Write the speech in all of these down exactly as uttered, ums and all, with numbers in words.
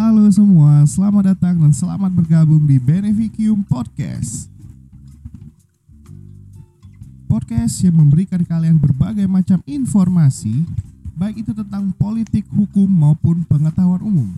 Halo semua, selamat datang dan selamat bergabung di Beneficium Podcast. Podcast yang memberikan kalian berbagai macam informasi, baik itu tentang politik, hukum, maupun pengetahuan umum.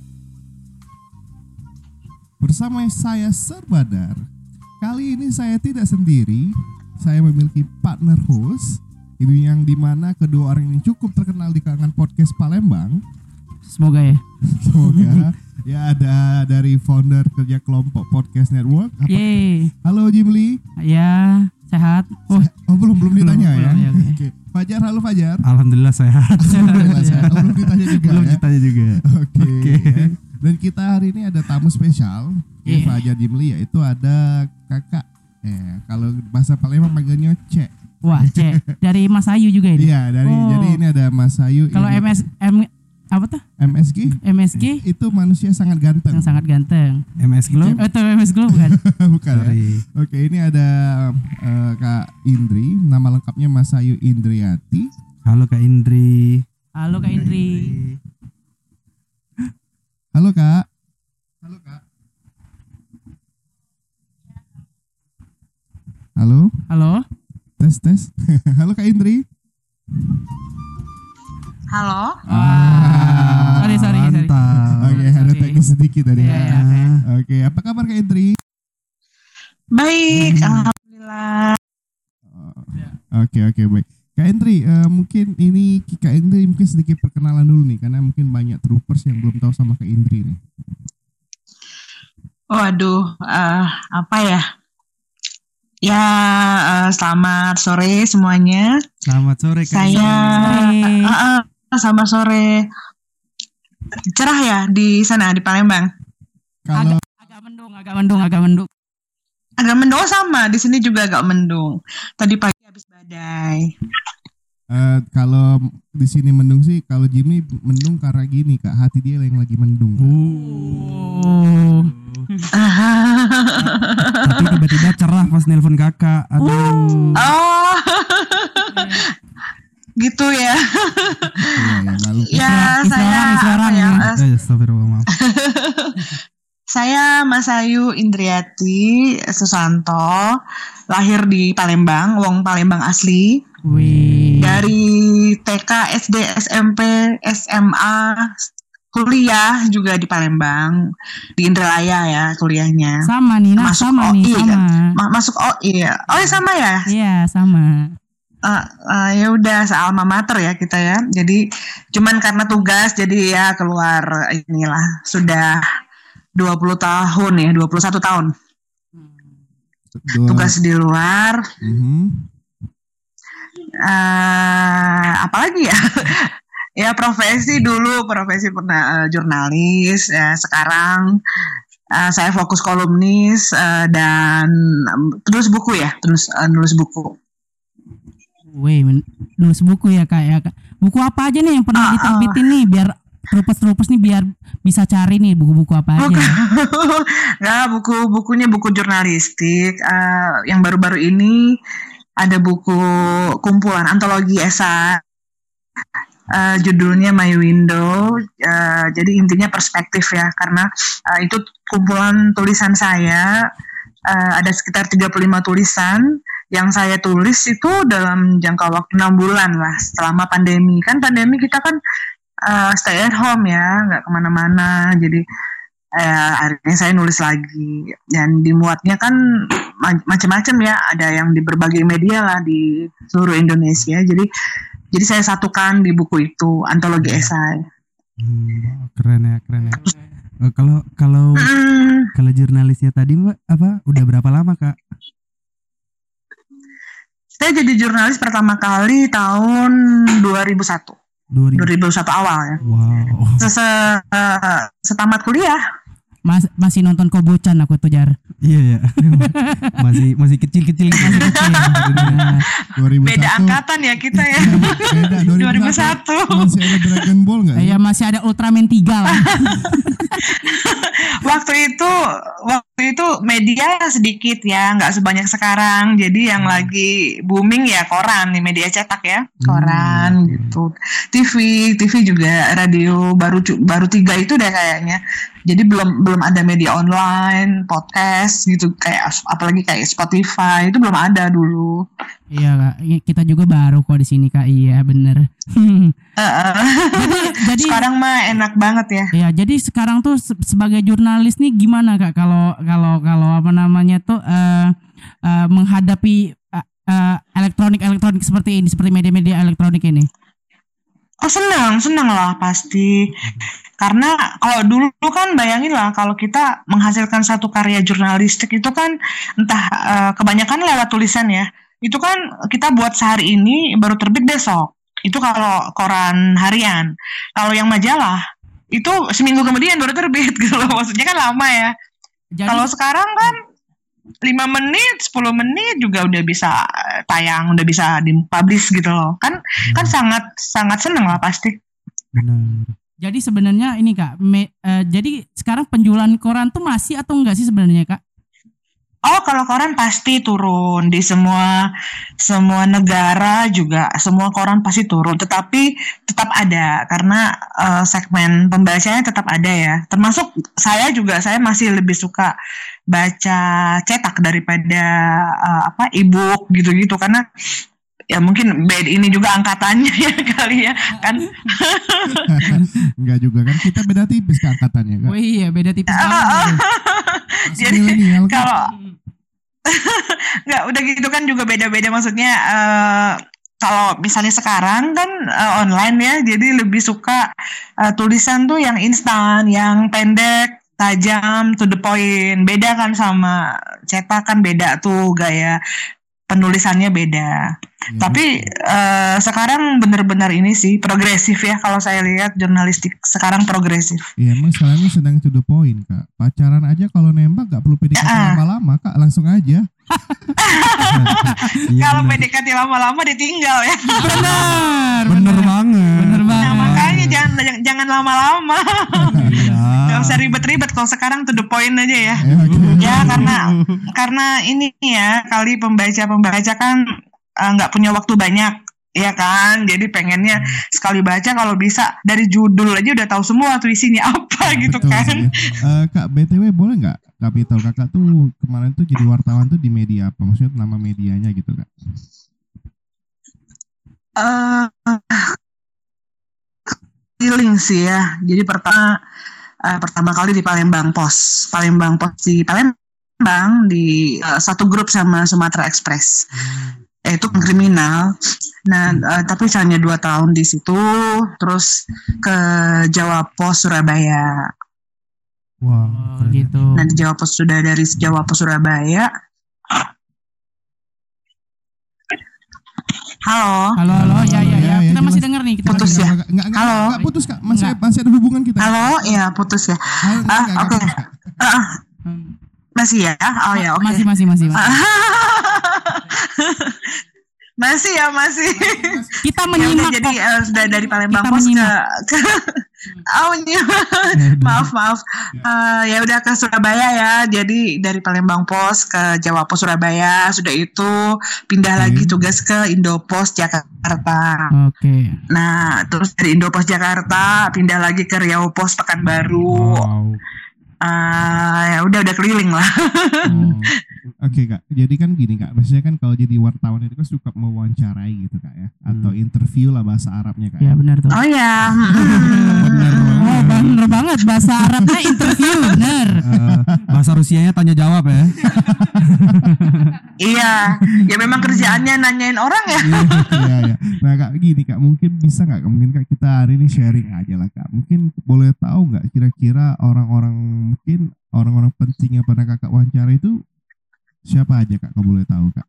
Bersama saya Serbadar. Kali ini saya tidak sendiri, saya memiliki partner host, ini yang dimana kedua orang ini cukup terkenal di kalangan podcast Palembang. Semoga ya. Semoga. Ya, ada dari founder kerja kelompok Podcast Network. Apa? Yeay. Halo Jimli. Ya, sehat. Oh, oh belum belum ditanya belum, ya. belum, ya, okay. Oke. Fajar, halo Fajar. Alhamdulillah sehat. Alhamdulillah sehat. Oh, belum ditanya juga. Belum ya? ditanya juga. Oke. Oke. Ya. Dan kita hari ini ada tamu spesial. Yeah. Fajar Jimli, yaitu ada kakak. Eh, kalau bahasa Palembang panggilnya Cek. Wah, Cek. Dari Mas Ayu juga ini. Iya, dari Oh. jadi ini ada Mas Ayu. Kalau ini- M S M apa tuh? M S G M S G itu manusia sangat ganteng. yang sangat ganteng. M S Glow. Oh, itu M S Glow bukan? Bukan ya? Sorry. Oke, ini ada uh, Kak Indri, nama lengkapnya Mas Ayu Indriati. Halo Kak Indri. Halo Kak Indri. Halo Kak. Halo Kak. Halo, Halo. tes tes. Halo Kak Indri. Halo. Ah. Sorry, sorry, sorry. Mantap. Oke, sorry. ada teknis sedikit tadi. Iya, ya. iya, oke. Oke, apa kabar Kak Indri? Baik, Hmm. alhamdulillah. Oh, Oke, oke, baik. Kak Indri, eh, mungkin ini Kak Indri mungkin sedikit perkenalan dulu nih, karena mungkin banyak troopers yang belum tahu sama Kak Indri nih. Waduh, eh, apa ya? Ya, eh, selamat sore semuanya. Selamat sore Kak Saya Indri. Sore. eh, eh, selamat sore. Cerah ya di sana di Palembang. Kalau Agak mendung, agak mendung, agak mendung. Agak mendung sama, di sini juga agak mendung. Tadi pagi habis badai. eh, kalau di sini mendung sih, kalau Jimmy mendung karena gini Kak, hati dia yang lagi mendung. Oh. Tapi tiba-tiba cerah pas nelpon kakak. Aduh. Oh, gitu ya. Iya, ya, lalu Ya, Isra- saya Israwan, Israwan, apa ya? ya. eh, Eh, astagfirullah, maaf. Saya Mas Ayu Indriati Susanto, lahir di Palembang, wong Palembang asli. Wih. Dari T K, S D, S M P, S M A, kuliah juga di Palembang, di Indralaya ya kuliahnya. Sama nih, nah Masuk sama O I nih, kan? sama. Ma- masuk O I ya. Oh ya sama ya. Iya, sama. Uh, uh, ya udah se-alma mater ya kita ya. Jadi cuman karena tugas jadi ya keluar inilah sudah dua puluh tahun ya, dua puluh satu tahun dua- tugas di luar. Mhm. Uh, apalagi ya? Ya profesi dulu profesi pernah uh, jurnalis, ya sekarang uh, saya fokus kolumnis uh, dan um, tulis buku ya, terus uh, nulis buku. Wih, men- nulis buku ya Kak ya Kak. Buku apa aja nih yang pernah Ah, diterbitin nih biar trupes-trupes nih biar bisa cari nih buku-buku apa aja. Bukan. Nggak, buku-bukunya buku jurnalistik. Uh, yang baru-baru ini ada buku kumpulan antologi esai. Uh, judulnya My Window. Uh, jadi intinya perspektif ya, karena uh, itu kumpulan tulisan saya. Uh, ada sekitar tiga puluh lima tulisan yang saya tulis itu dalam jangka waktu enam bulan lah selama pandemi. Kan pandemi kita kan uh, stay at home ya, nggak kemana-mana. Jadi uh, akhirnya saya nulis lagi. Dan dimuatnya kan ma- macam-macam ya. Ada yang di berbagai media lah di seluruh Indonesia. Jadi jadi saya satukan di buku itu, antologi esai. Hmm, keren ya, keren ya. Eh, Kalau kalau Hmm, kalau jurnalisnya tadi Mbak apa? Udah berapa lama Kak? saya jadi jurnalis pertama kali tahun dua ribu satu. dua ribu. dua ribu satu awal ya. Wow. Ses- uh, setamat kuliah. Mas, masih nonton Kobocan aku tuh Jar. Iya ya. masih masih kecil-kecil gitu. Masih kecil. Nah, dua ribu satu. Beda angkatan ya kita ya. Beda, dua ribu satu. Masih ada Dragon Ball nggak? ya masih ada Ultraman tiga lah. waktu itu waktu itu media sedikit ya, nggak sebanyak sekarang. Jadi yang lagi booming ya koran nih, media cetak ya, koran Hmm. gitu. T V, T V juga, radio baru cu- baru tiga itu deh kayaknya. Jadi belum belum ada media online, podcast gitu kayak apalagi kayak Spotify itu belum ada dulu. Iya kak, I- kita juga baru kok di sini kak. Iya bener. Heeh. jadi jadi Sekarang mah enak banget ya. ya jadi sekarang tuh se- sebagai jurnalis nih gimana kak kalau kalau kalau apa namanya tuh eh eh, menghadapi eh, eh, elektronik elektronik seperti ini, seperti media-media elektronik ini. Oh senang, senang lah pasti. Karena kalau dulu kan bayangin lah kalau kita menghasilkan satu karya jurnalistik itu kan entah eh, kebanyakan lewat tulisan ya. Itu kan kita buat sehari ini baru terbit besok. Itu kalau koran harian. Kalau yang majalah itu seminggu kemudian baru terbit gitu loh. Maksudnya kan lama ya. Jadi Kalau sekarang kan lima menit, sepuluh menit juga udah bisa eh, tayang, udah bisa dipublish gitu loh. Kan kan sangat sangat seneng lah pasti. Benar. jadi sebenarnya ini kak, me- eh, jadi sekarang penjualan koran tuh masih atau enggak sih sebenarnya kak? Oh, kalau koran pasti turun di semua semua negara juga, semua koran pasti turun. Tetapi tetap ada karena eh, segmen pembacanya tetap ada ya. Termasuk saya juga, saya masih lebih suka baca cetak daripada eh, apa e-book gitu-gitu karena ya mungkin beda ini juga angkatannya ya kali ya kan. Enggak juga kan, kita beda tipis ke angkatannya Kak. Oh iya beda tipis Ah, banget. ah, tuh. Masih Jadi milenial, Kak. kalau nggak udah gitu kan juga beda-beda maksudnya eh, kalau misalnya sekarang kan eh, online ya jadi lebih suka eh, tulisan tuh yang instan, yang pendek, tajam, to the point. Beda kan sama cetak kan beda tuh gaya penulisannya beda. Ya, Tapi eh, sekarang benar-benar ini sih progresif ya kalau saya lihat jurnalistik sekarang progresif. Iya emang sekarang ini sedang to the point Kak. Pacaran aja kalau nembak gak perlu P D K T Ya. lama-lama Kak, langsung aja. Iya, Kalau benar. P D K T lama-lama ditinggal ya. Benar, Bener banget. Bener banget. Nah, makanya jangan jangan- jangan lama-lama. Iya. Gak usah ribet-ribet kalau sekarang to the point aja ya. Ya, oke. Ya karena karena ini ya kali pembaca-pembaca kan eh, nggak punya waktu banyak ya kan. Jadi pengennya sekali baca kalau bisa dari judul aja udah tahu semua tuh isinya apa gitu Betul kan. sih, ya. Eh, Kak B T W boleh nggak kami tahu kakak tuh kemarin tuh jadi wartawan tuh di media apa? Maksudnya nama medianya gitu Kak? Eh feeling sih ya. Jadi pertama eh, pertama kali di Palembang Pos, Palembang Pos di Palembang di eh, satu grup sama Sumatera Express. Eh, itu kriminal. Nah, eh, tapi hanya dua tahun di situ, terus ke Jawa Pos Surabaya. Wah, Oh, keren. gitu. Nah, di Jawa Pos sudah dari Jawa Pos Surabaya. Halo. Halo, halo, ya, ya, ya. Ya, ya, Kita masih jelas. dengar nih. Kita Putus masih ya? dengar. Enggak, enggak, Halo? enggak putus Kak. Masih Enggak. masih ada hubungan kita. Halo, ya putus ya. Ah, enggak, Ah, enggak, oke. putus, Kak. Ah, Hmm. masih ya? Oh ya, oke. Masih, masih, masih. masih. Masih ya, masih. Kita Ya udah, menyimak jadi kok. eh, sudah dari Palembang Kita Pos ke, menyimak. ke oh, menyimak. maaf maaf Eh, ya udah ke Surabaya ya, jadi dari Palembang Pos ke Jawa Pos Surabaya, sudah itu pindah Oke. lagi tugas ke Indopos Jakarta. Oke. Nah terus dari Indopos Jakarta pindah lagi ke Riau Pos Pekanbaru. Wow. Eh, ya udah udah keliling lah. Oh. Oke Kak, jadi kan gini Kak, biasanya kan kalau jadi wartawan itu kan suka mewawancarai gitu Kak ya, atau interview lah bahasa Arabnya Kak. Ya benar tuh. Oh ya, Bener Oh, bener banget bahasa Arabnya interview, bener. Eh, bahasa Rusianya tanya jawab ya. iya, ya memang kerjaannya nanyain orang ya. Iya, iya. Nah Kak, gini Kak, mungkin bisa nggak? Mungkin Kak kita hari ini sharing aja lah Kak. Mungkin boleh tahu nggak kira-kira orang-orang mungkin orang-orang penting yang pernah Kakak wawancara itu siapa aja Kak? Kalau boleh tahu Kak.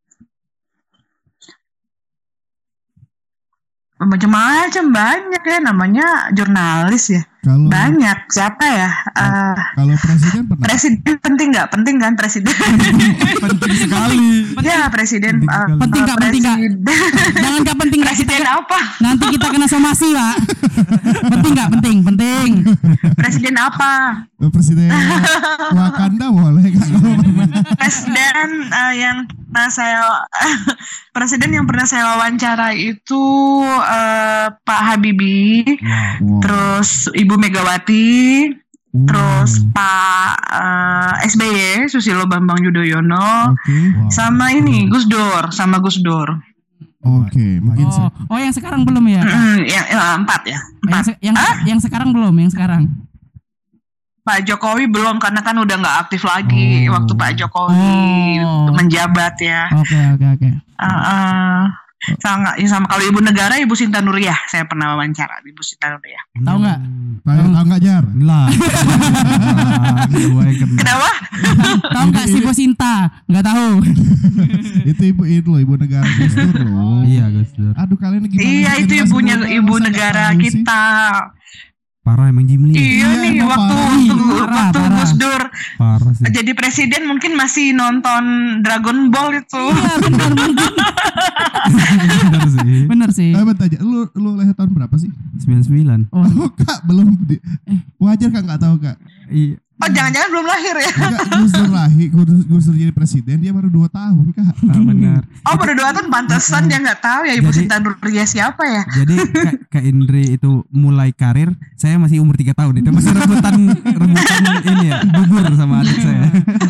Macam-macam banyak ya, namanya jurnalis ya. Kalau Banyak siapa ya? Eh, kalau presiden pernah? presiden penting nggak? Penting kan presiden? Penting sekali. ya presiden. Penting eh, sekali. Penting nggak? Penting nggak? presiden. Jangan nggak penting nggak? Kita Presiden apa? nanti kita kena somasi, Pak. Penting nggak? Penting, penting. Presiden presiden apa? Presiden Wakanda boleh Kak kalau pernah. Presiden uh, yang pernah saya presiden yang pernah saya wawancara itu uh, Pak Habibie, Wow. terus Ibu Megawati, terus Pak uh, S B Y Susilo Bambang Yudhoyono, Oke. sama ini Gus Dur, sama Gus Dur. Oke, mungkin Oh, saya- oh yang sekarang belum ya? Kak? Mm, yang, yang empat ya, Yang, empat. se- yang, yang sekarang belum, yang sekarang. Pak Jokowi belum karena kan udah nggak aktif lagi Oh. waktu Pak Jokowi Oh. menjabat ya. Oke, oke, oke. Uh, uh, sama, ya sama kalau ibu negara Ibu Sinta Nuriyah saya pernah wawancara Ibu Sinta Nuriyah. Tahu nggak? Tahu tahu nggak Jar? Lah. Gua yang kena. Kenapa? Tahu nggak si Bu Sinta? Nggak tahu. Itu ibu itu loh, ibu negara Gus Dur loh. Iya, Gus Dur. Aduh kalian gimana? Iya sih itu generasi ibunya muda, ibu masa nggak negara tahu sih? kita. Parah emang Jimli. Iya Iya, nih emang waktu parah. waktu, Parah, waktu parah. Gus Dur Parah sih. jadi presiden mungkin masih nonton Dragon Ball itu. Iya, benar, benar. Bener sih. Benar sih. Eh bentar aja, lu lu lahir tahun berapa sih? sembilan puluh sembilan. Oh, Oh Kak belum di- wajar Kak nggak tahu Kak. Iya. Oh jangan-jangan belum lahir ya? Enggak, Gus Dur lahir, Gus Gus Dur jadi presiden dia baru dua tahun Kak. Ah, benar. Oh baru dua tahun pantesan dia nggak tahu ya Ibu Jadi- Sinta Nuriyah siapa ya? Jadi Kak, Kak Indri itu mulai karir, saya masih umur tiga tahun itu masih rebutan rebutan ini ya, bubur sama adik saya.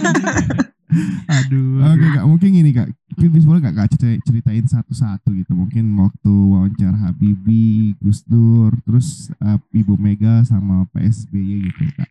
Aduh. Oke Kak, mungkin gini Kak. Mungkin bisa boleh nggak Kak cerita- ceritain satu-satu gitu. Mungkin waktu wawancara Habibie, Gus Dur, terus uh, Ibu Mega sama P S B Y gitu Kak.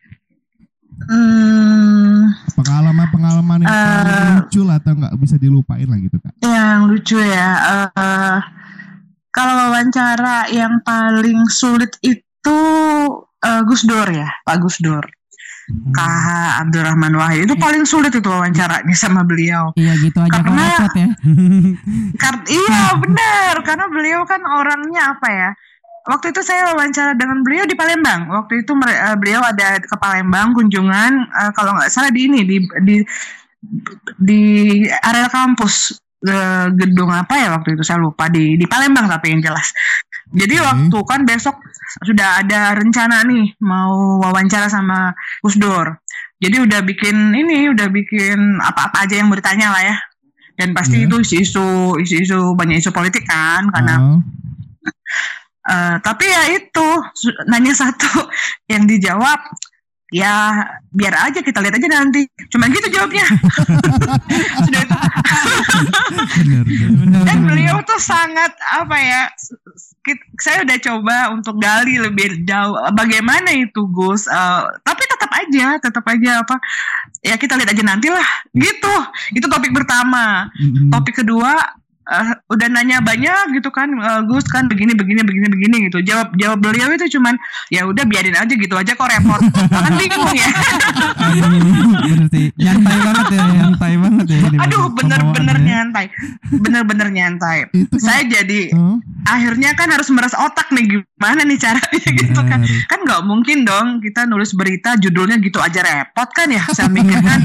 Hmm, Pengalaman-pengalaman yang paling Eh. lucu lah atau nggak bisa dilupain lah gitu Kak. yang lucu ya. eh, kalau wawancara yang paling sulit itu eh, Gus Dur ya, Pak Gus Dur. K H Abdurrahman Wahid itu paling sulit itu wawancaranya sama beliau. iya gitu aja kok Karena- repot ya. Kar- iya benar, karena beliau kan orangnya apa ya? Waktu itu saya wawancara dengan beliau di Palembang. Waktu itu mere- eh, beliau ada ke Palembang kunjungan, eh, kalau nggak salah di ini di di di area kampus, eh, gedung apa ya waktu itu saya lupa, di di Palembang tapi yang jelas. Jadi Oke. waktu kan besok sudah ada rencana nih mau wawancara sama Gus Dur. Jadi udah bikin ini, udah bikin apa-apa aja yang mau ditanya lah ya. Dan pasti Iya. itu isu-isu, isu-isu banyak isu politik kan, karena Oh. eh, tapi ya itu su- nanya satu yang dijawab ya biar aja kita lihat aja nanti. Cuma gitu jawabnya. Sudah itu. Bener, bener. Dan beliau tuh sangat apa ya? s- s- kit- Saya udah coba untuk gali lebih jauh bagaimana itu Gus. Eh, tapi tetap aja, tetap aja apa? Ya kita lihat aja nanti lah. Gitu. Itu topik pertama. Mm-mm. Topik kedua eh, udah nanya banyak gitu kan, eh, Gus kan begini begini begini begini gitu. Jawab jawab beliau itu cuman ya udah biarin aja gitu aja kok repot. Kan bingung ya. Aduh, bener sih. Nyantai banget ya, nyantai banget ya. ini Aduh bener-bener pembawaannya. nyantai. Bener-bener nyantai. Itu kan- Saya jadi Oh. akhirnya kan harus meres otak nih gimana nih caranya gitu kan. Bener. Kan nggak mungkin dong kita nulis berita judulnya gitu aja repot kan ya. Saya mikir kan.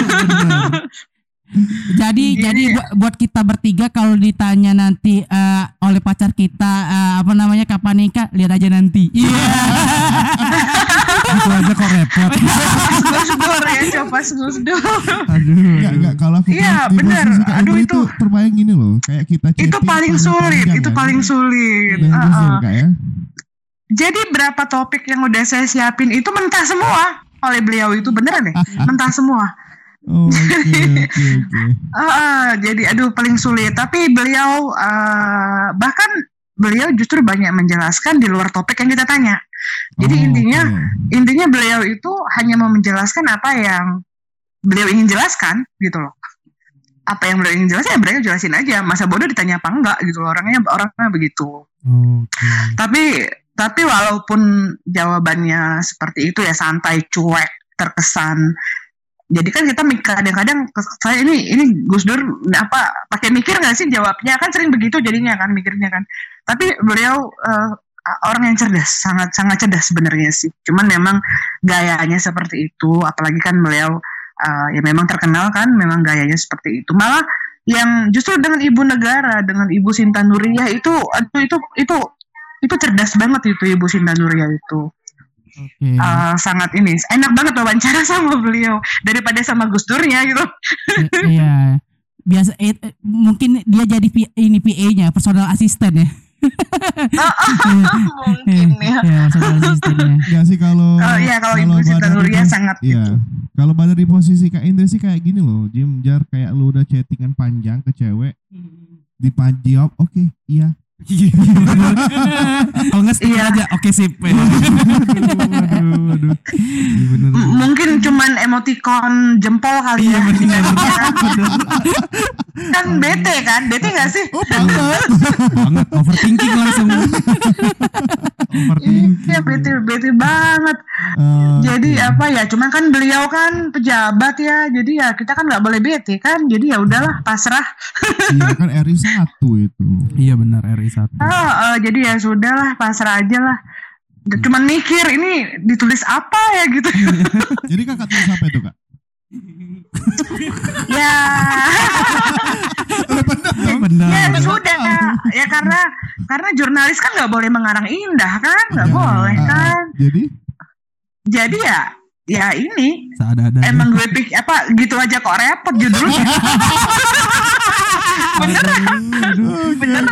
Jadi Jadi- jadi buat, buat kita bertiga kalau ditanya nanti eh, oleh pacar kita eh, apa namanya kapan nikah, lihat aja nanti. Iya. Itu aja kok repot. Gus Dur ya, coba Gus Dur. Aduh. Enggak, enggak, kalau aku Iya, di bener. posisi Kak Aduh, Indri itu- terbayang gini loh, kayak kita Itu chatting paling panjang- sulit, panjang itu kan. paling sulit. Dan Gus Dur, Uh-uh. Kak ya. Jadi berapa topik yang udah saya siapin itu mentah semua oleh beliau itu beneran deh, mentah semua. Oh, oke, oke, oke. Uh, uh, jadi aduh paling sulit. Tapi beliau uh, bahkan beliau justru banyak menjelaskan di luar topik yang kita tanya. Jadi Oh, intinya oke. intinya beliau itu hanya mau menjelaskan apa yang beliau ingin jelaskan gitu loh. Apa yang beliau ingin jelaskan ya beliau jelasin aja. Masa bodoh ditanya apa enggak gitu loh. Orangnya orangnya begitu. Oke. Tapi tapi walaupun jawabannya seperti itu ya santai, cuek, terkesan. Jadi kan kita mik- kadang-kadang saya ini ini Gus Dur apa pakai mikir nggak sih jawabnya, kan sering begitu jadinya kan mikirnya kan. Tapi beliau eh, orang yang cerdas, sangat sangat cerdas sebenarnya sih. Cuman memang gayanya seperti itu, apalagi kan beliau eh, ya memang terkenal kan, memang gayanya seperti itu. Malah yang justru dengan ibu negara, dengan Ibu Sinta Nuriyah itu, aduh itu itu itu cerdas banget itu Ibu Sinta Nuriyah itu. Oke. Uh, sangat ini enak banget wawancara sama beliau daripada sama Gus Durnya gitu. I- Iya. Biasa eh, eh, mungkin dia jadi P- ini P A-nya, personal assistant ya. Mungkin ya. Iya, personal assistant-nya. Enggak sih kalau Oh iya kalau Ibu Sita Badar Nuria di- sangat Iya. gitu. Kalau Badar di posisi Kak Indri sih kayak gini loh, Jim Jar, kayak lu udah chattingan panjang ke cewek, dijawab oke, iya. Kalau nggak stiker Iya. aja, oke sip. Waduh, waduh, waduh. Iya bener. M- mungkin cuman emoticon jempol kali ya. Kan bete kan, bete gak sih? Oh, banget. Banget overthinking langsung. Overthinking. Iya bete bete banget. Eh, Jadi apa ya? Cuman kan beliau kan pejabat ya. Jadi ya kita kan nggak boleh bete kan. Jadi ya udahlah pasrah. iya kan R I satu itu. Iya benar R I satu. Oh, eh, jadi ya sudahlah pasrah aja lah. Cuman mikir ini ditulis apa ya gitu. Jadi Kakak tulis apa itu, Kak? Ya, Benar. ya benar. sudah. Ya karena karena jurnalis kan nggak boleh mengarang indah kan, nggak Iya. boleh Ah, ah. kan. Jadi Jadi ya ya ini Seada-ada. emang gue pikir apa gitu aja kok repot judulnya. Beneran. Beneran.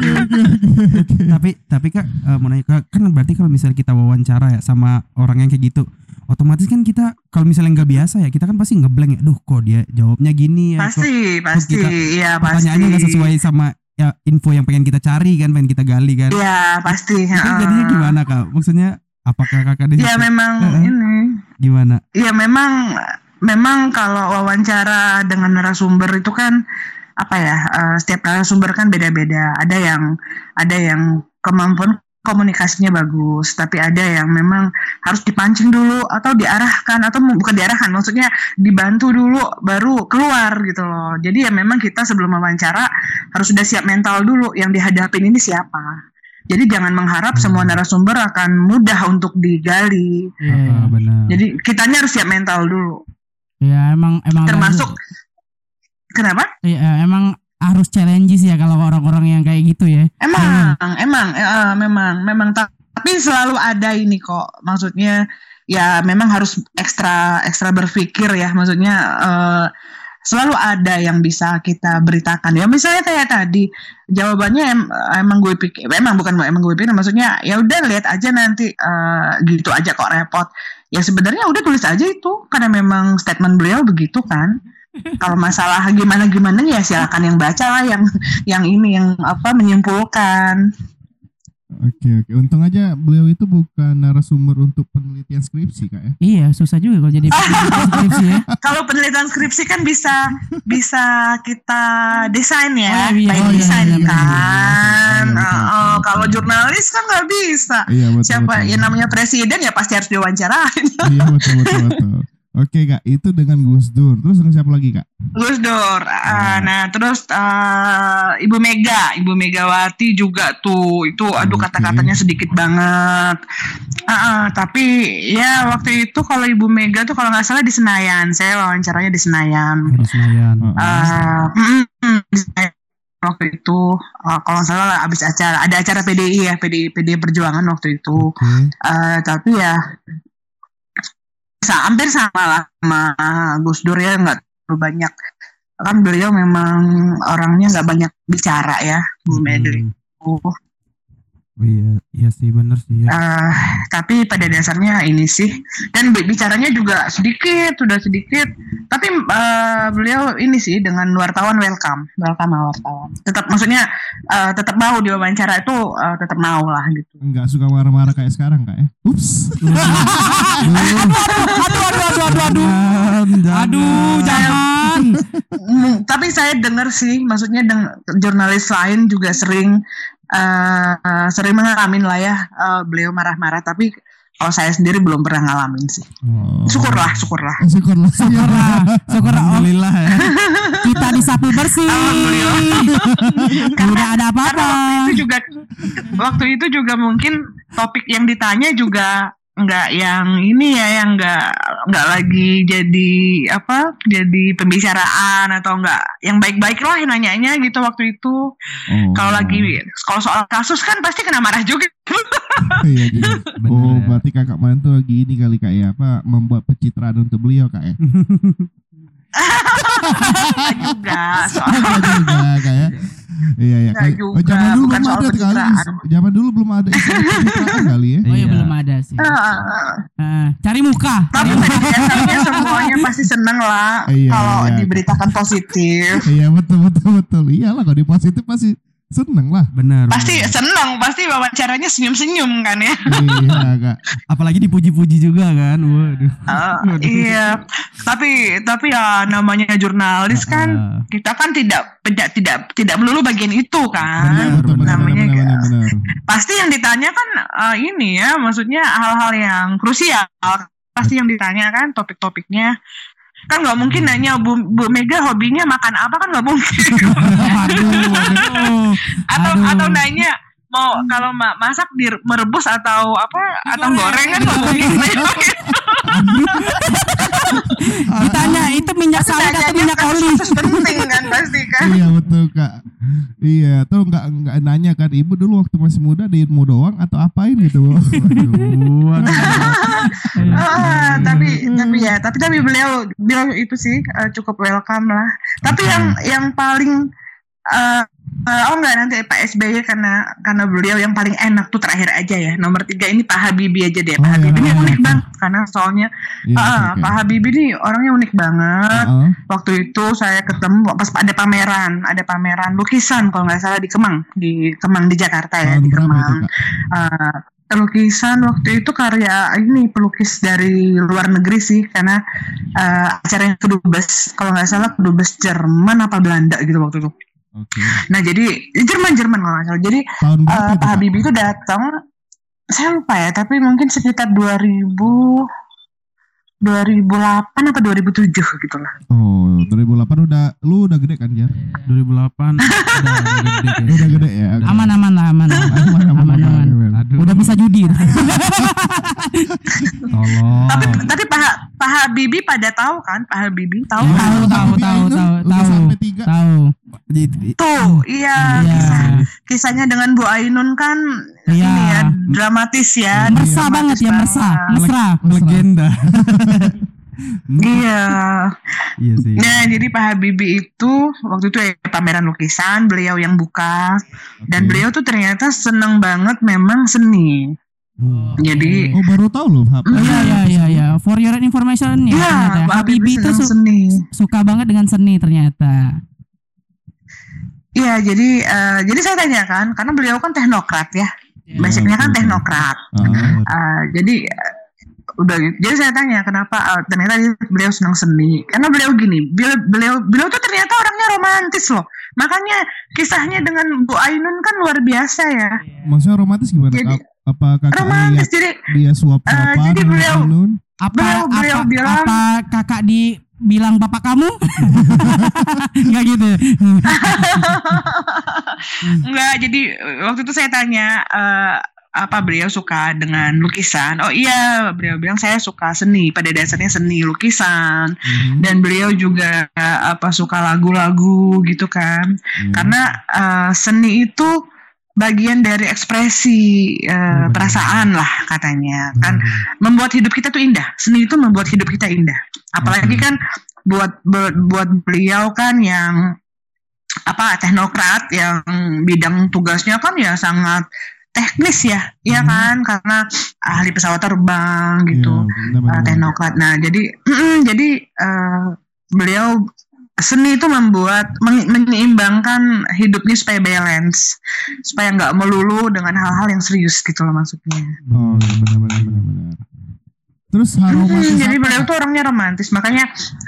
tapi tapi kak eh, mau nanya Kak, kan berarti kalau misalnya kita wawancara ya sama orang yang kayak gitu, otomatis kan kita kalau misalnya nggak biasa ya kita kan pasti ngeblank ya, duh kok dia jawabnya gini ya, kok Pasti, pasti, kita- iya pasti. pertanyaannya nggak sesuai sama ya info yang pengen kita cari kan, pengen kita gali kan. Iya pasti. Itu heeh. jadinya gimana kak? Maksudnya apakah kakak di Ya memang Heeh. ini. gimana? Ya memang memang kalau wawancara dengan narasumber itu kan apa ya, eh, setiap narasumber kan beda-beda. Ada yang ada yang kemampuan komunikasinya bagus, tapi ada yang memang harus dipancing dulu atau diarahkan atau mu- bukan diarahkan, maksudnya dibantu dulu baru keluar gitu loh. Jadi ya memang kita sebelum wawancara harus sudah siap mental dulu yang dihadapin ini siapa. Jadi jangan mengharap semua narasumber akan mudah untuk digali. Iya. Ah, benar. Jadi kitanya harus siap mental dulu. Ya emang emang Termasuk kenapa? Iya, emang harus challenges ya kalau orang-orang yang kayak gitu ya. Emang, emang, eh, memang, memang. Tapi selalu ada ini kok. Maksudnya, ya memang harus ekstra, ekstra berpikir ya. Maksudnya eh, selalu ada yang bisa kita beritakan. Ya misalnya kayak tadi, jawabannya em- emang gue pikir, emang bukan emang gue pikir. Maksudnya ya udah lihat aja nanti eh, gitu aja kok repot. Ya sebenarnya udah tulis aja itu karena memang statement beliau begitu kan. Kalau masalah gimana gimana ya silakan yang baca lah yang yang ini yang apa menyimpulkan. Oke oke, untung aja beliau itu bukan narasumber untuk penelitian skripsi, Kak ya. Iya, susah juga kalau jadi skripsi ya. Kalau penelitian skripsi kan bisa bisa kita desain ya, Oh, iya, by oh, iya, desain iya, iya, kan. iya, iya, Oh, betul, oh, betul, kalau betul. jurnalis kan nggak bisa. Iya betul. Siapa betul. yang namanya presiden ya pasti harus diwawancarain. Iya betul betul betul. Oke Kak, itu dengan Gus Dur. Terus dengan siapa lagi Kak? Gus Dur. Ah, nah terus ah, Ibu Mega, Ibu Megawati juga tuh itu aduh Oke. kata-katanya sedikit banget. Ah, ah, tapi ya waktu itu kalau Ibu Mega tuh kalau nggak salah di Senayan, saya wawancaranya di Senayan. Di Senayan. Oh, oh. Ah, mm, mm, di Senayan. Waktu itu ah, kalau nggak salah abis acara ada acara P D I ya P D I P D I Perjuangan waktu itu. Oke. Ah, tapi ya sa- hampir sama lah sama Gus Dur ya nggak terlalu banyak kan beliau memang orangnya nggak banyak bicara ya Bu Medri. Hmm. Oh iya, iya sih bener sih ya. Eh, tapi pada dasarnya ini sih dan bi- bicaranya juga sedikit sudah sedikit tapi eh, beliau ini sih dengan wartawan welcome welcome sama wartawan tetap maksudnya eh, tetap mau diwawancara itu eh, tetap mau lah gitu. Enggak suka marah-marah kayak sekarang Kak ya. Ups. Aduh, aduh, aduh, aduh, aduh. Jangan, Aduh, jangan. Mm, tapi saya dengar sih, maksudnya deng- jurnalis lain juga sering eh, eh, sering mengalami lah ya eh, beliau marah-marah. Tapi kalau saya sendiri belum pernah ngalamin sih. Oh. Syukurlah, syukurlah. Syukurlah. Syukurlah, syukurlah. Oh, Alhamdulillah ya. kita disapu bersih. Alhamdulillah. Udah ada Karena apa-apa. waktu itu juga, waktu itu juga mungkin topik yang ditanya juga nggak yang ini ya, yang nggak nggak lagi jadi apa, jadi pembicaraan atau nggak yang baik-baik lah nanyanya gitu waktu itu. Oh. Kalau lagi kalau soal kasus kan pasti kena marah juga. Iya gitu. Bener, Oh, ya. berarti kakak main tuh lagi ini kali kak ya, apa membuat pencitraan untuk beliau kak ya? Enggak juga. Soal Enggak juga kak ya. Iya iya. Enggak Kayak- juga, oh, zaman dulu bukan belum soal ada kali. pencitraan. Zaman dulu belum ada istilah pencitraan kali ya. Oh iya Iya. belum ada sih. Heeh. Eh, cari muka. Tapi pada dasarnya semuanya pasti seneng lah Iya, kalau iya. diberitakan positif. Iya betul betul betul. Iyalah kalau di positif pasti seneng lah. Benar. Pasti benar. seneng, pasti wawancaranya senyum-senyum kan ya. Iya kak. Apalagi dipuji-puji juga kan. Waduh. Uh, iya, tapi tapi ya namanya jurnalis kan Ah. kita kan tidak tidak tidak tidak melulu bagian itu Benar kan. betul benar namanya benar benar gitu. benar. Pasti yang ditanya kan uh, ini ya, maksudnya hal-hal yang krusial. Pasti yang ditanya kan topik-topiknya. Kan nggak mungkin nanya Bu, Bu Mega hobinya makan apa, kan nggak mungkin. Waduh, waduh. atau Aduh. atau nanya mau kalau ma- masak di merebus atau apa atau goreng kan nggak mungkin. Ditanya itu minyak Pasti sawit atau nanyanya minyak oli. kasus penting kan pasti kan. Iya betul kak. Iya tuh nggak nggak nanya kan ibu dulu waktu masih muda di ilmu doang atau apain gitu. Waduh. waduh. Ah, tapi tapi ya tapi tapi beliau beliau itu sih eh, cukup welcome lah. Tapi yang yang paling eh, eh, oh enggak nanti Pak S B Y karena karena beliau yang paling enak tuh terakhir aja ya. Nomor tiga ini Pak Habibie aja deh. Pak Oh, Habibie iya. ini unik banget karena soalnya Iya, ah, oke, oke. Pak Habibie ini orangnya unik banget. Heeh. Waktu itu saya ketemu pas ada pameran, ada pameran lukisan kalau nggak salah di Kemang, di Kemang di Jakarta ya, Tahun di berapa itu Kemang. kak? Uh, lukisan waktu itu karya ini pelukis dari luar negeri sih, karena uh, acaranya kedubes kalau nggak salah kedubes Jerman apa Belanda gitu waktu itu. Oke. Nah jadi Jerman Jerman kalau nggak salah. Jadi Tahun berapa uh, itu Pak kak? Habibie itu datang, saya lupa ya, tapi mungkin sekitar dua ribu dua ribu delapan apa dua ribu tujuh gitu lah. Oh dua ribu delapan udah lu udah gede kan Jar? dua ribu delapan udah udah gede ya. Udah gede ya. Oke. Aman aman lah aman. Aman aman Aman, aman. aman. aman. Aduh. Udah bisa judi. Tolong. Tapi tapi Pak Pak Habibie pada tahu kan? Pak Habibie tahu Iya, kan? Tahu tahu Habibie tahu Ainun tahu udah tahu. sampai tiga. Tahu. Jadi- Tuh, iya, Iya. kisah kisahnya dengan Bu Ainun kan Iya. ini ya dramatis ya. Mesra dramatis banget ya mesra. banget. Mesra. legenda. Iya. Iya sih. Nah, jadi Pak Habibie itu waktu itu ya pameran lukisan, beliau yang buka dan Oke. beliau tuh ternyata seneng banget memang seni. Jadi Oh baru tahu loh Hap. Oh, iya iya iya iya. For your information ya. iya, ternyata. Pak Habibie Habibie itu seneng su- seni. suka banget dengan seni ternyata. Iya, jadi eh, jadi saya tanyakan karena beliau kan teknokrat ya. Basicnya kan oke, oke. teknokrat. Heeh. Uh, jadi uh, udah jadi saya tanya kenapa uh, ternyata dia- beliau senang seni karena beliau gini beliau beliau beliau tuh ternyata orangnya romantis loh, makanya kisahnya dengan Bu Ainun kan luar biasa ya. Maksudnya romantis gimana? Jadi, Ap- apa kakak Romantis lihat jadi dia suap-suapan Eh, jadi sama beliau- Ainun? Apa Beliau- beliau apa, bilang- apa kakak dibilang bapak kamu? Enggak gitu. enggak, jadi uh, waktu itu saya tanya uh, apa beliau suka dengan lukisan. Oh iya, beliau bilang saya suka seni, pada dasarnya seni lukisan. Mhm. Dan beliau juga uh, apa suka lagu-lagu gitu kan. Hmm. Karena uh, seni itu bagian dari ekspresi uh, perasaan lah katanya kan, membuat hidup kita tuh indah. Seni itu membuat hidup kita indah. Apalagi kan buat buat, buat beliau kan yang apa teknokrat yang bidang tugasnya kan ya sangat teknis ya, ya Hmm. kan, karena ahli pesawat terbang gitu. Iya, benar-benar. Uh, teknokrat. Nah, jadi jadi uh, beliau seni itu membuat men- menyeimbangkan hidupnya supaya balance, supaya nggak melulu dengan hal-hal yang serius gitu loh maksudnya. Oh benar-benar benar-benar. Terus romantis Hmm, jadi apa, beliau Kak? tuh orangnya romantis, makanya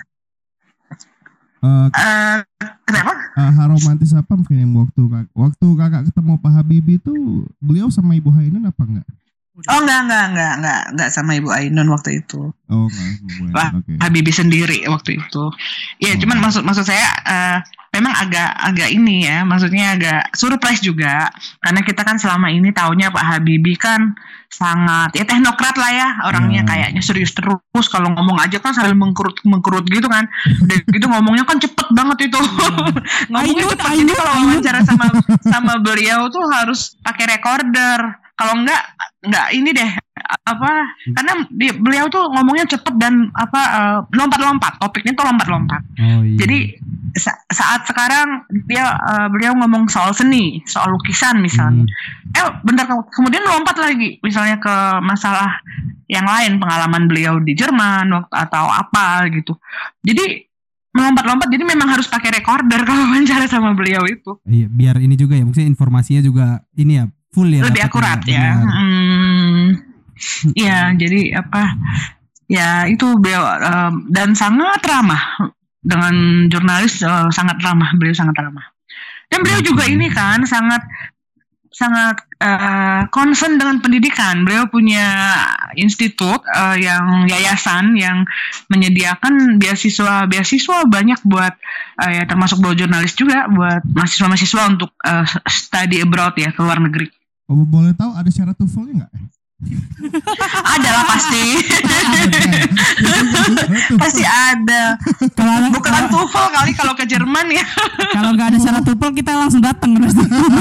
Eh, uh, kenapa? eh, hal romantis apa mungkin yang waktu kak, waktu kakak ketemu Pak Habibie itu beliau sama Ibu Ainun apa enggak? Oh enggak enggak enggak enggak enggak sama Ibu Ainun waktu itu. Oh enggak, boleh. Wah, Oke. Habibie sendiri waktu itu. Ya, Oh. cuman maksud maksud saya eh, memang agak agak ini ya, maksudnya agak surprise juga karena kita kan selama ini taunya Pak Habibie kan sangat ya teknokrat lah ya, orangnya Hmm. kayaknya serius terus, kalau ngomong aja kan sambil mengkerut mengkerut gitu kan. Udah gitu ngomongnya kan cepet banget itu. Ngomongnya Ainun, cepet. Jadi Ainun, kalau Ainun. wawancara sama sama beliau tuh harus pakai recorder. kalau enggak enggak ini deh apa karena dia, beliau tuh ngomongnya cepet dan apa uh, lompat-lompat, topiknya tuh lompat-lompat. Oh, iya. Jadi sa- saat sekarang dia uh, beliau ngomong soal seni, soal lukisan misalnya. Hmm. Eh bentar kemudian lompat lagi misalnya ke masalah yang lain, pengalaman beliau di Jerman waktu atau apa gitu. Jadi melompat-lompat, jadi memang harus pakai recorder kalau wawancara sama beliau itu. Iya, biar ini juga ya, maksudnya informasinya juga ini ya full ya. Lebih akurat ya. Hmm, ya, jadi apa? Ya itu beliau um, dan sangat ramah dengan jurnalis, uh, sangat ramah, beliau sangat ramah. Dan beliau juga ini kan sangat sangat uh, concern dengan pendidikan. Beliau punya institut uh, yang yayasan yang menyediakan beasiswa beasiswa banyak buat uh, ya termasuk buat jurnalis juga, buat mahasiswa-mahasiswa untuk uh, study abroad ya, ke luar negeri. Oh, boleh tahu ada syarat TOEFL-nya nggak? Ada lah pasti. Pasti ada. Kalau bukan TOEFL kali kalau ke Jerman ya. Kalau nggak ada syarat TOEFL kita langsung datang terus.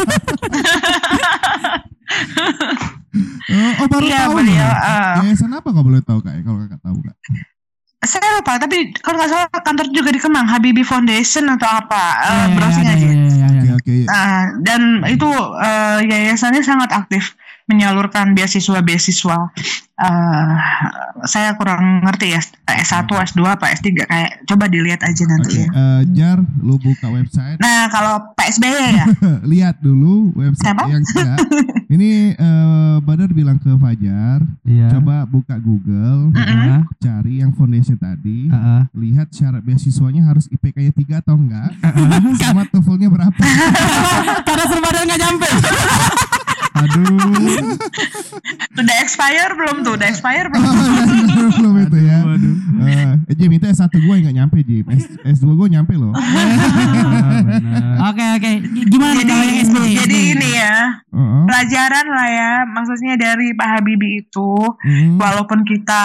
oh, oh baru iya, tahu beliau, ya. Uh, Yayasan apa kalau boleh tahu kak? Kalau kakak tahu kak? Saya lupa, tapi kalau nggak salah kantor juga di Kemang, Habibie Foundation atau apa, uh, ya, browsing ya, aja. ya, ya, ya. Oke oke. Uh, dan itu uh, yayasannya sangat aktif menyalurkan beasiswa-beasiswa. Uh, saya kurang ngerti ya S satu, S dua, apa S tiga kayak. Coba dilihat aja nanti okay. ya. Uh, Jar, lu buka website. Nah kalau P S B Y ya. Lihat dulu website Siapa? yang enggak. Ini uh, Badar bilang ke Fajar, Iya. coba buka Google, Mm-mm. cari yang foundation tadi, Uh-uh. lihat syarat beasiswanya harus I P K-nya tiga atau enggak, sama TOEFL-nya berapa. Karena Serbadar nggak nyampe. Aduh. Udah expire belum tuh? Udah expire belum? Belum itu ya. Aduh, aduh. Uh, Jim itu S satu gue yang gak nyampe Jim. S, S2 gue nyampe loh. Oke oke. Gimana nih Jadi, kalau yang S B Y? jadi ini ya. Uh-uh. Pelajaran lah ya, maksudnya dari Pak Habibie itu, Hmm. walaupun kita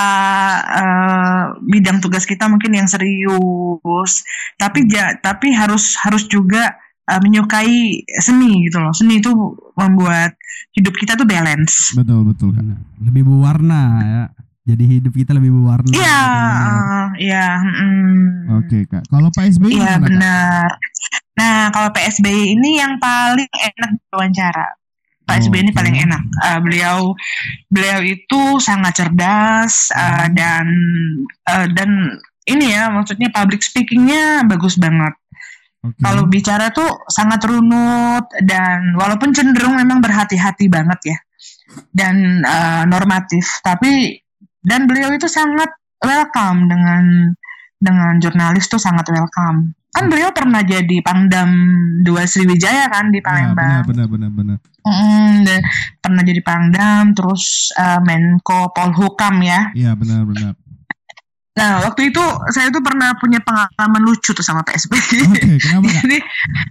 uh, bidang tugas kita mungkin yang serius, tapi ja, tapi harus harus juga uh, menyukai seni gitu loh. Seni itu membuat hidup kita tuh balance. Betul betul kak. Lebih berwarna ya. Jadi hidup kita lebih berwarna. Iya, gitu. uh, iya. mm. Oke kak. Kalau P S B Y Iya gimana kak? benar. Nah kalau P S B Y ini yang paling enak diwawancara. Pak S B Y ini Oke. paling enak. Uh, beliau beliau itu sangat cerdas uh, dan uh, dan ini ya maksudnya public speakingnya bagus banget. Oke. Kalau bicara tuh sangat runut dan walaupun cenderung memang berhati-hati banget ya dan uh, normatif, tapi dan beliau itu sangat welcome dengan dengan jurnalis tuh sangat welcome. Kan beliau pernah jadi Pangdam dua Sriwijaya kan di Ya, Palembang. benar benar benar benar. Mm, de- pernah jadi Pangdam, terus uh, Menko Polhukam ya. Iya benar benar. Nah waktu itu saya tuh pernah punya pengalaman lucu tuh sama P S B Y. Oke, kenapa kak? jadi,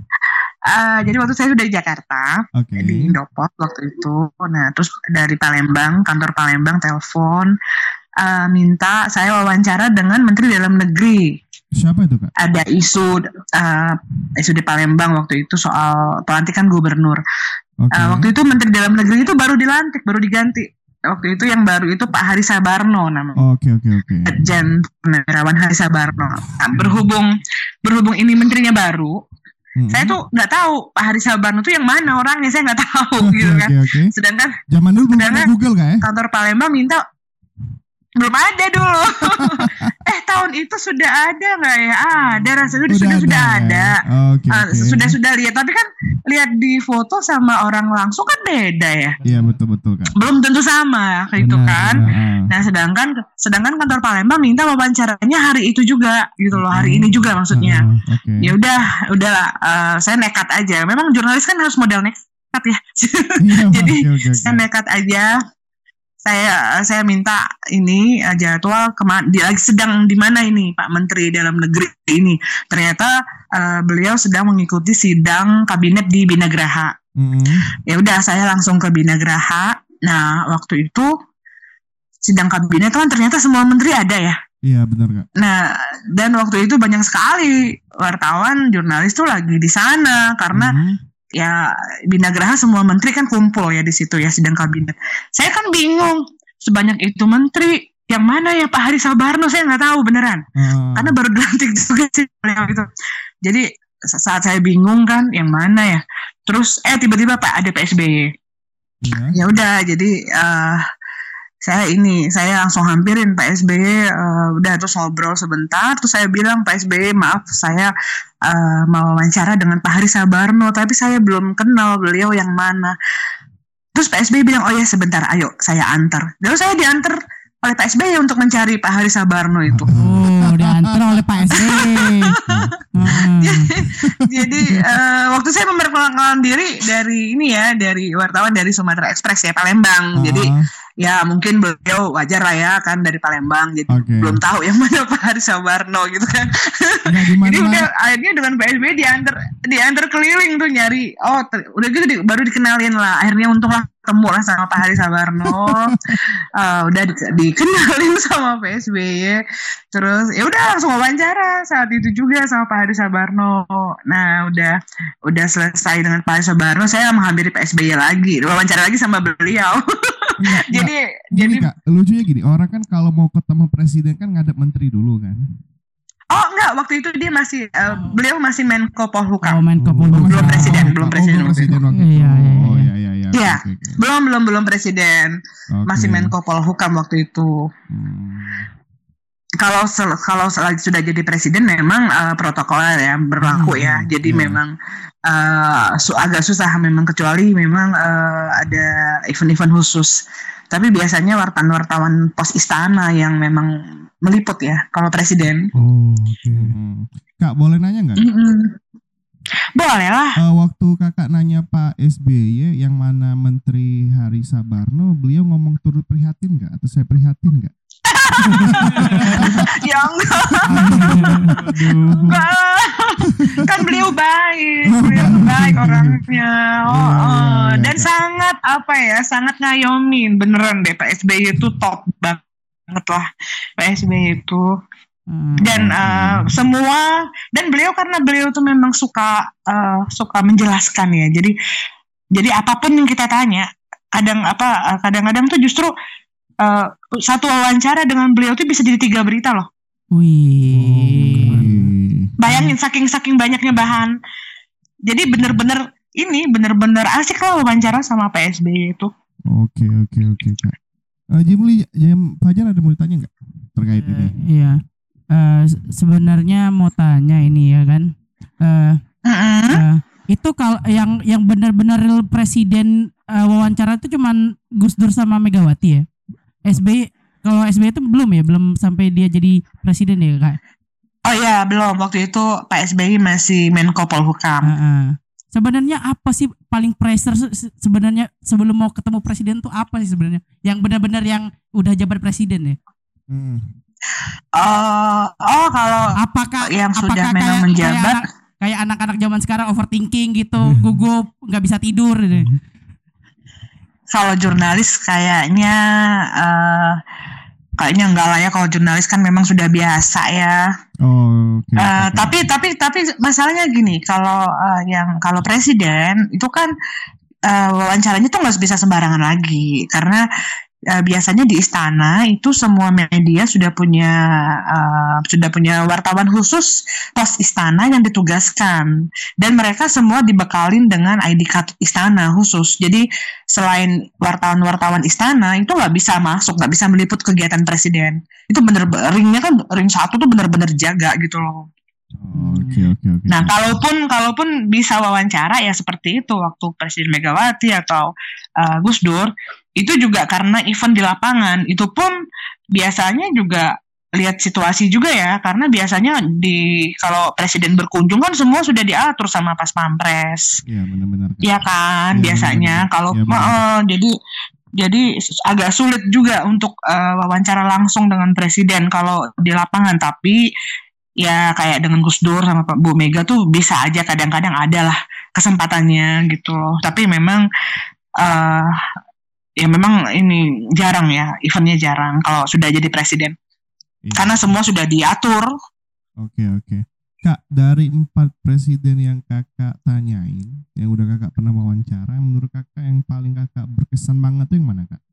uh, jadi waktu saya sudah di Jakarta, Oke. di Indopos waktu itu. Nah terus dari Palembang, kantor Palembang telepon uh, minta saya wawancara dengan Menteri Dalam Negeri. Siapa itu kak? Ada isu uh, isu di Palembang waktu itu soal pelantikan gubernur. Oke. Uh, waktu itu Menteri Dalam Negeri itu baru dilantik, baru diganti. Waktu itu yang baru itu Pak Hari Sabarno namanya. Oke oke oke. Jen Purnawirawan Hari Sabarno. Nah, berhubung berhubung ini menterinya baru, Mm-mm. saya tuh nggak tahu Pak Hari Sabarno tuh yang mana orangnya, saya nggak tahu Oke gitu kan. oke oke. Sedangkan Zaman dulu belum ada Sedangkan- Google kak ya? kantor Palembang minta belum ada dulu. eh tahun itu sudah ada nggak ya? Ada rasanya sudah sudah ya? ada. Oke Ah, oke. sudah sudah lihat, tapi kan lihat di foto sama orang langsung kan beda ya. Iya betul betul kak. Belum tentu sama gitu Benar, kan. Heeh. Nah sedangkan sedangkan kantor Palembang minta wawancaranya hari itu juga gitu loh, hari ini juga maksudnya. Heeh, Oke. Ya udah, udahlah, uh, saya nekat aja. Memang jurnalis kan harus modal nekat ya. Iya, Jadi oke, oke, oke. saya nekat aja. Saya saya minta ini uh, jadwal kema- di, lagi sedang di mana ini Pak Menteri Dalam Negeri ini. Ternyata uh, beliau sedang mengikuti sidang kabinet di Binagraha. Mm-mm. Ya udah, saya langsung ke Binagraha. Nah waktu itu sidang kabinet kan ternyata semua menteri ada ya. Iya benar kak. Nah, dan waktu itu banyak sekali wartawan, jurnalis tuh lagi di sana karena Mhm. ya Bina Geraha semua menteri kan kumpul ya di situ ya sidang kabinet. Saya kan bingung, sebanyak itu menteri yang mana ya Pak Hari Sabarno, saya nggak tahu beneran. Hmm. Karena baru dilantik juga sih gitu. Jadi saat saya bingung kan yang mana ya. Terus eh tiba-tiba Pak ada P S B Y. Yeah. Ya udah jadi uh, saya ini saya langsung hampirin Pak S B Y, uh, udah terus ngobrol sebentar, terus saya bilang Pak S B Y maaf saya uh, mau wawancara dengan Pak Hari Sabarno tapi saya belum kenal beliau yang mana. Terus Pak S B Y bilang oh ya sebentar ayo saya antar. Lalu saya diantar oleh Pak S B Y untuk mencari Pak Hari Sabarno itu. Oh diantar oleh Pak S B Y. hmm. Jadi uh, waktu saya memperkenalkan diri dari ini ya dari wartawan dari Sumatera Express ya Palembang. Uh-huh. Jadi ya mungkin beliau wajar lah ya kan dari Palembang jadi okay. belum tahu yang mana Pak Hari Sabarno gitu kan. Nah, jadi udah akhirnya dengan Pak S B Y diantar diantar keliling tuh nyari oh ter, udah gitu di, baru dikenalin lah akhirnya untunglah ketemu lah sama Pak Hari Sabarno. uh, udah di, dikenalin sama Pak S B Y terus ya udah langsung wawancara saat itu juga sama Pak Hari Sabarno. Nah udah udah selesai dengan Pak Hari Sabarno saya menghampiri Pak S B Y lagi wawancara lagi sama beliau. Enggak, jadi enggak. Jadi Kak, lucunya gini, orang kan kalau mau ketemu presiden kan ngadep menteri dulu kan. Oh enggak, waktu itu dia masih uh, beliau masih Menko Polhukam. Oh, Menko Polhukam. Belum presiden, belum presiden. Oh, presiden waktu itu. Iya, iya, oh iya iya iya. Iya. Okay, okay. Belum belum belum presiden. Okay. Masih Menko Polhukam waktu itu. Hmm. Kalau sel, kalau sel, sudah jadi presiden memang uh, protokoler ya berlaku hmm, ya. Jadi yeah. memang uh, su- agak susah memang kecuali memang uh, ada event-event khusus. Tapi biasanya wartawan-wartawan pos istana yang memang meliput ya kalau presiden. Oh, oke. Okay. Kak boleh nanya nggak? Mm-hmm. Boleh lah. Uh, waktu kakak nanya Pak S B Y yang mana Menteri Hari Sabarno, beliau ngomong turut prihatin nggak atau saya prihatin nggak? Ya enggak. Enggak. Kan beliau baik, beliau baik orangnya. Oh, oh, oh. Dan sangat apa ya, sangat ngayomin beneran deh Pak S B Y itu top banget lah Pak S B Y itu. Dan uh, semua dan beliau karena beliau tuh memang suka uh, suka menjelaskan ya. Jadi jadi apapun yang kita tanya, kadang apa kadang-kadang tuh justru uh, satu wawancara dengan beliau tuh bisa jadi tiga berita loh. Wih. Bayangin saking-saking banyaknya bahan. Jadi bener-bener ini bener-bener asik lah wawancara sama Pak S B Y itu. Oke oke oke Kak. Uh, Jimli, Jim Fajar ada mau ditanya nggak terkait uh, ini? Iya. Uh, sebenarnya mau tanya ini ya kan. Uh, uh-uh. uh, itu kalau yang yang benar-benar presiden uh, wawancara itu cuman Gus Dur sama Megawati ya. S B Y kalau S B Y itu belum ya, belum sampai dia jadi presiden ya Kak. Oh iya, belum. Waktu itu Pak S B Y masih Menko Polhukam. Uh-uh. Sebenarnya apa sih paling pressure sebenarnya sebelum mau ketemu presiden tuh apa sih sebenarnya? Yang benar-benar yang udah jabat presiden ya? Hmm. Uh, oh kalau apakah yang apakah sudah kayak, memang menjabat kayak, anak, kayak anak-anak zaman sekarang overthinking gitu, gugup, nggak bisa tidur gitu. Kalau jurnalis kayaknya uh, kayaknya enggak lah ya, kalau jurnalis kan memang sudah biasa ya. Oh, okay, uh, okay. Tapi tapi tapi masalahnya gini, kalau uh, yang kalau presiden itu kan uh, wawancaranya tuh nggak bisa sembarangan lagi karena Uh, biasanya di istana itu semua media sudah punya uh, sudah punya wartawan khusus pos istana yang ditugaskan dan mereka semua dibekalin dengan I D card istana khusus. Jadi selain wartawan-wartawan istana itu nggak bisa masuk, nggak bisa meliput kegiatan presiden. Itu bener ringnya kan ring satu tuh bener-bener jaga gitu loh. Oh, okay, okay, okay. Nah, kalaupun kalaupun bisa wawancara ya seperti itu waktu Presiden Megawati atau uh, Gus Dur, itu juga karena event di lapangan. Itu pun biasanya juga lihat situasi juga ya, karena biasanya di kalau presiden berkunjung kan semua sudah diatur sama pas pampres. Iya, benar-benar. Iya kan, ya, biasanya kalau ya, uh, jadi jadi agak sulit juga untuk uh, wawancara langsung dengan presiden kalau di lapangan, tapi ya kayak dengan Gus Dur sama Pak Bu Mega tuh bisa aja kadang-kadang ada lah kesempatannya gitu loh. Tapi memang uh, ya memang ini jarang ya, eventnya jarang kalau sudah jadi presiden. Iya. Karena semua sudah diatur. Oke oke. Kak, dari empat presiden yang kakak tanyain, yang udah kakak pernah wawancara, menurut kakak yang paling kakak berkesan banget tuh yang mana, Kak?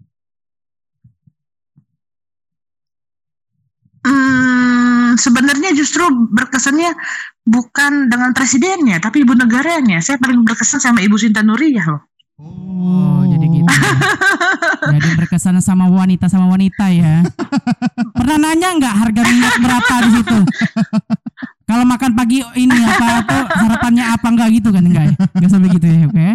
Hmm, sebenarnya justru berkesannya bukan dengan presidennya, tapi ibu negaranya. Saya paling berkesan sama Ibu Sinta Nuriyah loh. Oh, jadi gitu. Jadi berkesan sama wanita sama wanita ya. Pernah nanya nggak harga minyak berapa di situ? Kalau makan pagi ini apa tuh sarapannya apa enggak gitu kan enggak ya? Enggak sampai gitu ya, oke? Okay?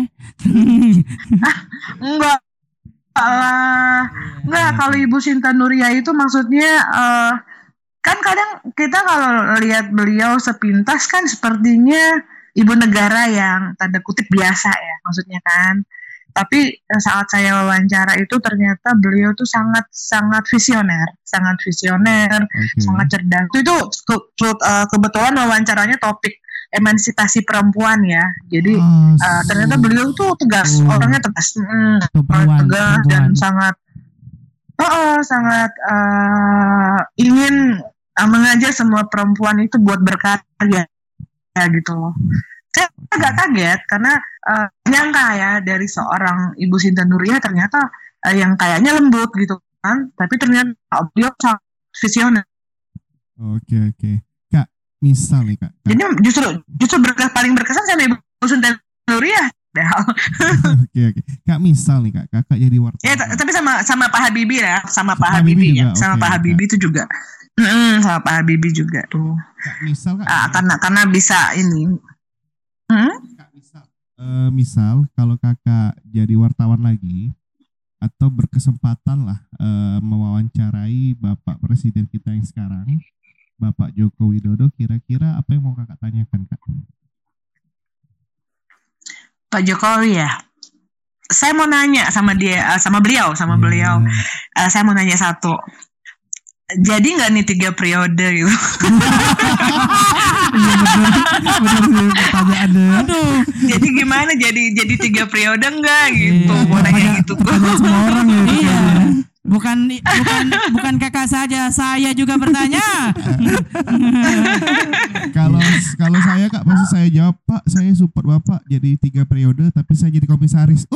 Enggak. Uh, enggak, kalau Ibu Sinta Nuriyah itu maksudnya uh, kan kadang kita kalau lihat beliau sepintas kan sepertinya ibu negara yang tanda kutip biasa ya maksudnya kan. Tapi saat saya wawancara itu ternyata beliau tuh sangat sangat visioner, sangat visioner, okay. sangat cerdas. Itu itu ke, ke, uh, kebetulan wawancaranya topik emansipasi perempuan ya. Jadi oh, uh, ternyata beliau tuh tegas, oh. orangnya tegas, mm, perempuan, tegas perempuan. Dan sangat, oh, sangat uh, ingin uh, mengajak semua perempuan itu buat berkarya, ya gitu loh. Saya agak kaget karena uh, nyangka ya dari seorang Ibu Sinta Nuriyah ternyata uh, yang kayaknya lembut gitu kan, tapi ternyata beliau sangat visioner. Oke oke, Kak, misal nih Kak. Kak. Jadi justru justru berkesan paling berkesan sama Ibu Sinta Nuriyah. Oke oke, Kak, misal nih Kak, kakak jadi wartawan. Ya t- tapi sama sama Pak Habibie ya, sama Pak Habibie ya, sama okay, Pak Habibie itu juga, mm, sama Pak Habibie juga tuh. Kak, misal Kak. Uh, karena karena bisa ini. Hmm? Kak, misal, uh, misal kalau kakak jadi wartawan lagi atau berkesempatan lah uh, mewawancarai Bapak Presiden kita yang sekarang, Bapak Joko Widodo, kira-kira apa yang mau kakak tanyakan, Kak? Pak Jokowi ya, saya mau nanya sama dia, uh, sama beliau, sama hmm. beliau, uh, saya mau nanya satu. Jadi nggak nih tiga periode gitu? Iya benar, benar sih pertanyaannya. Aduh. Jadi gimana? Jadi jadi tiga periode enggak gitu? Iya, mau nanya gitu tuh. Semua orang ya. Iya. Bukan bukan bukan kakak saja, saya juga bertanya. Kalau kalau saya Kak, pasti saya jawab, Pak, saya support Bapak jadi tiga periode, tapi saya jadi komisaris.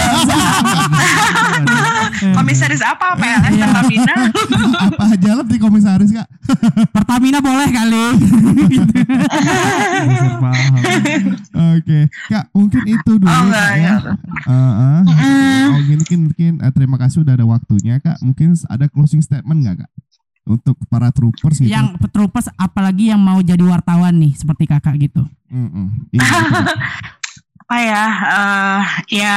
Komisaris apa? P L S Pertamina? Apa aja lah di komisaris Kak? Pertamina boleh kali. Oke, Kak, mungkin itu dulu oh, Kak, ya. ya. Uh, uh. Oh, mungkin mungkin uh, terima kasih udah ada waktunya Kak. Mungkin ada closing statement nggak Kak untuk para troopers gitu? Yang troopers apalagi yang mau jadi wartawan nih seperti kakak gitu. Mm-mm. Iya, gitu. Apa ya? Uh, ya.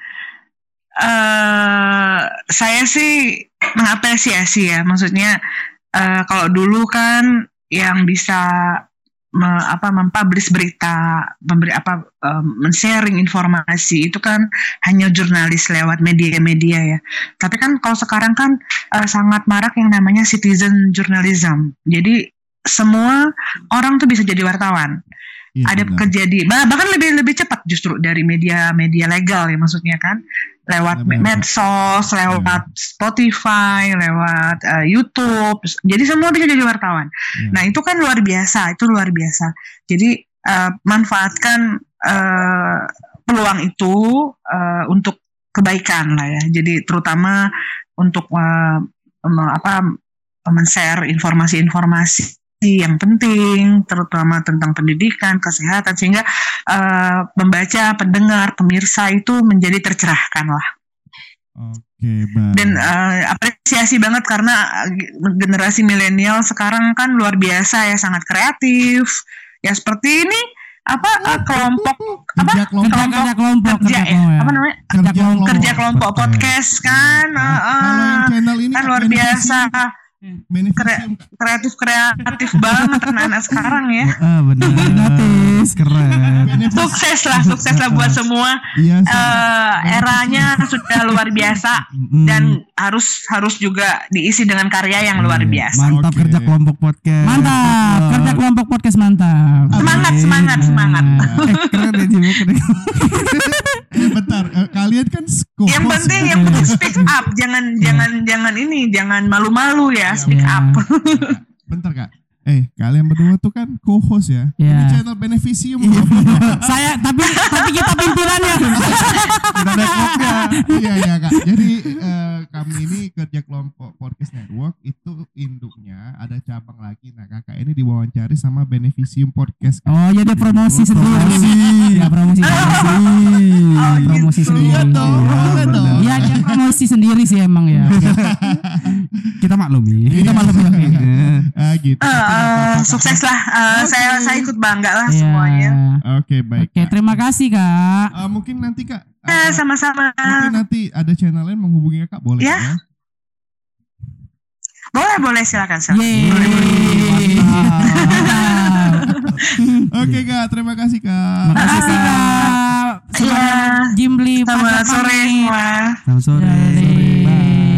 Uh, saya sih mengapresiasi ya, maksudnya uh, kalau dulu kan yang bisa me, apa mempublish berita, memberi apa um, men-sharing informasi itu kan hanya jurnalis lewat media-media ya. Tapi kan kalau sekarang kan uh, sangat marak yang namanya citizen journalism. Jadi semua orang tuh bisa jadi wartawan. Ya, ada pekerja di bahkan lebih lebih cepat justru dari media-media legal ya, maksudnya kan lewat ya, medsos, lewat ya. Spotify, lewat uh, YouTube. Jadi semua bisa jadi wartawan. Ya. Nah, itu kan luar biasa, itu luar biasa. Jadi uh, manfaatkan uh, peluang itu uh, untuk kebaikan lah ya. Jadi terutama untuk uh, apa men-share informasi-informasi yang penting, terutama tentang pendidikan, kesehatan, sehingga uh, pembaca, pendengar, pemirsa itu menjadi tercerahkan lah. Oke, baik. Dan uh, apresiasi banget karena generasi milenial sekarang kan luar biasa ya, sangat kreatif. Ya seperti ini apa uh, kelompok apa kerja kelompok kerja, kerja kelompok kerja, kerja, ya, apa namanya kerja kelompok, kerja kelompok podcast kan, uh, uh, channel ini kan luar biasa. Kre- kreatif kreatif banget anak-anak sekarang ya. Ah, benar. Gratis, keren. Sukses lah, sukses lah buat semua. Iya, uh, eranya sudah luar biasa dan harus harus juga diisi dengan karya yang luar biasa. Mantap, okay. Kerja kelompok podcast. Mantap, kerja kelompok podcast mantap. Semangat, semangat, semangat. Eh, keren ya Jimmy, keren. Eh, bentar, uh, kalian kan skopos. Yang penting ya? yang penting speak up, jangan jangan jangan ini, jangan malu-malu ya, speak yeah. up. Bentar Kak, Eh, kalian berdua tuh kan co-host ya. Iya. Ini channel Beneficium. Saya tapi tapi kita pimpinannya. Kita networknya. Iya iya Kak. Jadi eh, kami ini kerja kelompok Podcast Network itu induknya ada cabang lagi. Nah kakak ini diwawancari sama Beneficium Podcast. Oh ya dia promosi sendiri. Ya promosi sendiri. Oh, Promosi gitu. sendiri. Iya dong, boleh dong. Iya dia promosi sendiri sih emang ya. Kita maklumi. Kita malu ya. Ah gitu. Eh, Tapi nggak eh, apa-apa, Kak. sukses lah. Eh, Oke. Saya saya ikut bangga lah Iya. semuanya. Oke baik. Oke, Kak. terima kasih Kak. Eh, mungkin nanti Kak. Eh, eh, sama-sama. mungkin nanti ada channel lain menghubungi Kak boleh Ya. ya? Boleh boleh silakan silakan. Yeay. Mantap. Oke Kak, terima kasih Kak. Terima kasih Kak. Iya. Jimbli Selamat pajak sore pamit. semua. Selamat sore. Sore. Bye.